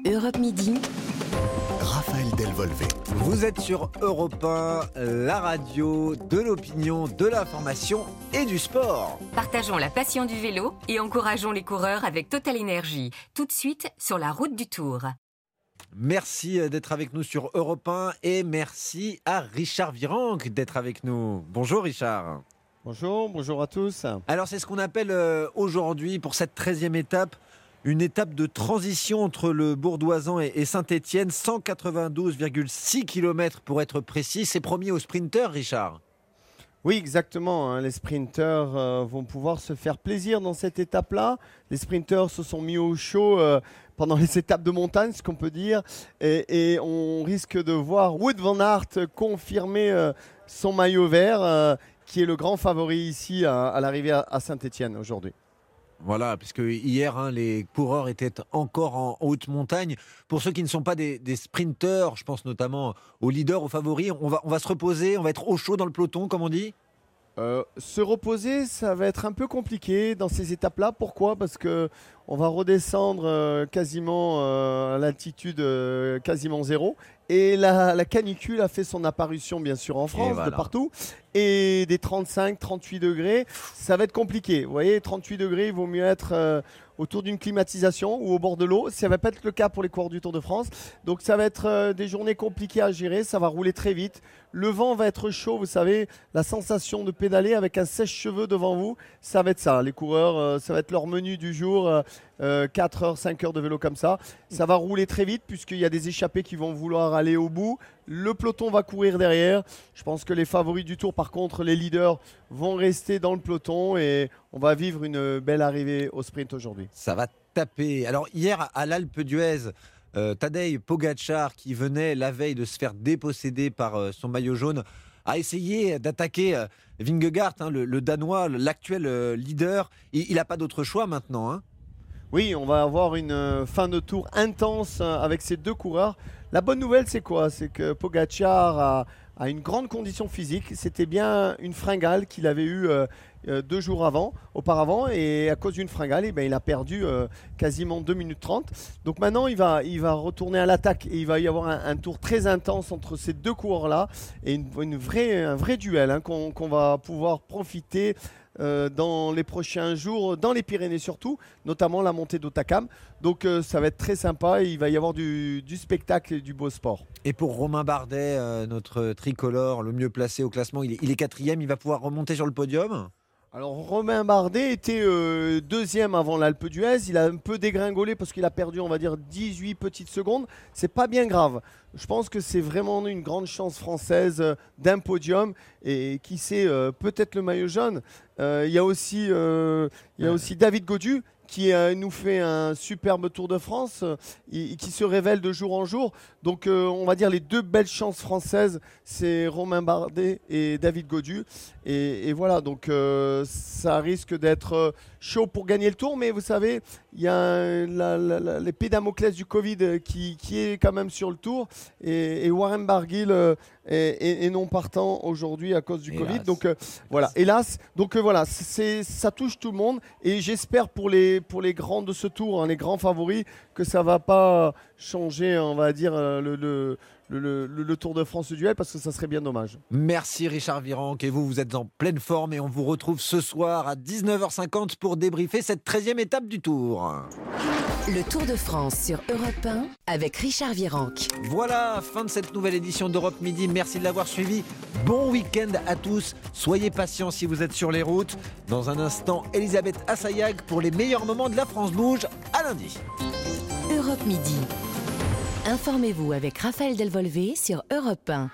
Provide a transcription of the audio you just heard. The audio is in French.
Europe Midi. Raphaël Delvolvé. Vous êtes sur Europe 1, la radio de l'opinion, de l'information et du sport. Partageons la passion du vélo et encourageons les coureurs avec Total Énergie. Tout de suite sur la route du Tour. Merci d'être avec nous sur Europe 1 et merci à Richard Virenque d'être avec nous. Bonjour Richard. Bonjour à tous. Alors c'est ce qu'on appelle aujourd'hui pour cette 13e étape, une étape de transition entre le Bourdoisan et Saint-Étienne, 192,6 km pour être précis. C'est promis aux sprinteurs, Richard. Oui, exactement. Les sprinteurs vont pouvoir se faire plaisir dans cette étape-là. Les sprinteurs se sont mis au chaud pendant les étapes de montagne, ce qu'on peut dire. Et on risque de voir Wout van Aert confirmer son maillot vert, qui est le grand favori ici à l'arrivée à Saint-Étienne aujourd'hui. Voilà, puisque hier, les coureurs étaient encore en haute montagne. Pour ceux qui ne sont pas des sprinteurs, je pense notamment aux leaders, aux favoris, on va se reposer, on va être au chaud dans le peloton, comme on dit. Se reposer, ça va être un peu compliqué dans ces étapes-là. Pourquoi ? Parce qu'on va redescendre quasiment à l'altitude quasiment zéro. Et la canicule a fait son apparition, bien sûr, en France, de partout. Et des 35, 38 degrés, ça va être compliqué. Vous voyez, 38 degrés, il vaut mieux être autour d'une climatisation ou au bord de l'eau. Ça ne va pas être le cas pour les coureurs du Tour de France. Donc, ça va être des journées compliquées à gérer. Ça va rouler très vite. Le vent va être chaud, vous savez, la sensation de pédaler avec un sèche-cheveux devant vous, ça va être ça. Les coureurs, ça va être leur menu du jour, 4 heures, 5 heures de vélo comme ça. Ça va rouler très vite puisqu'il y a des échappés qui vont vouloir aller au bout. Le peloton va courir derrière. Je pense que les favoris du Tour, par contre, les leaders, vont rester dans le peloton et on va vivre une belle arrivée au sprint aujourd'hui. Ça va taper. Alors hier, à l'Alpe d'Huez, Tadej Pogačar, qui venait la veille de se faire déposséder par son maillot jaune, a essayé d'attaquer Vingegaard, le Danois, l'actuel leader. Il n'a pas d'autre choix maintenant. Oui, on va avoir une fin de tour intense avec ces deux coureurs. La bonne nouvelle, c'est quoi ? C'est que Pogačar a une grande condition physique. C'était bien une fringale qu'il avait eue 2 jours auparavant. Et à cause d'une fringale, il a perdu quasiment 2 minutes 30. Donc maintenant, il va retourner à l'attaque. Et il va y avoir un tour très intense entre ces deux coureurs-là. Et un vrai duel qu'on va pouvoir profiter dans les prochains jours, dans les Pyrénées surtout, notamment la montée d'Otakam. Donc ça va être très sympa et il va y avoir du spectacle et du beau sport. Et pour Romain Bardet, notre tricolore, le mieux placé au classement, il est 4e, il va pouvoir remonter sur le podium ? Alors Romain Bardet était 2e avant l'Alpe d'Huez, il a un peu dégringolé parce qu'il a perdu on va dire 18 petites secondes, c'est pas bien grave. Je pense que c'est vraiment une grande chance française d'un podium et qui sait peut-être le maillot jaune. Il y a aussi David Gaudu qui nous fait un superbe Tour de France et qui se révèle de jour en jour. Donc on va dire les deux belles chances françaises, c'est Romain Bardet et David Gaudu. Et voilà, donc ça risque d'être chaud pour gagner le Tour. Mais vous savez, il y a l'épée Damoclès du Covid qui est quand même sur le Tour. Et Warren Barguil est non partant aujourd'hui à cause du Covid. Donc voilà, hélas. Donc voilà, ça touche tout le monde. Et j'espère pour les grands de ce Tour, les grands favoris, que ça ne va pas changer, on va dire, le Tour de France du duel, parce que ça serait bien dommage. Merci Richard Virenque, et vous êtes en pleine forme et on vous retrouve ce soir à 19h50 pour débriefer cette 13e étape du Tour. Le Tour de France sur Europe 1 avec Richard Virenque. Voilà, fin de cette nouvelle édition d'Europe Midi. Merci de l'avoir suivi. Bon week-end à tous. Soyez patients si vous êtes sur les routes. Dans un instant, Elisabeth Assayag pour les meilleurs moments de la France Bouge. À lundi. Europe Midi. Informez-vous avec Raphaël Delvolvé sur Europe 1.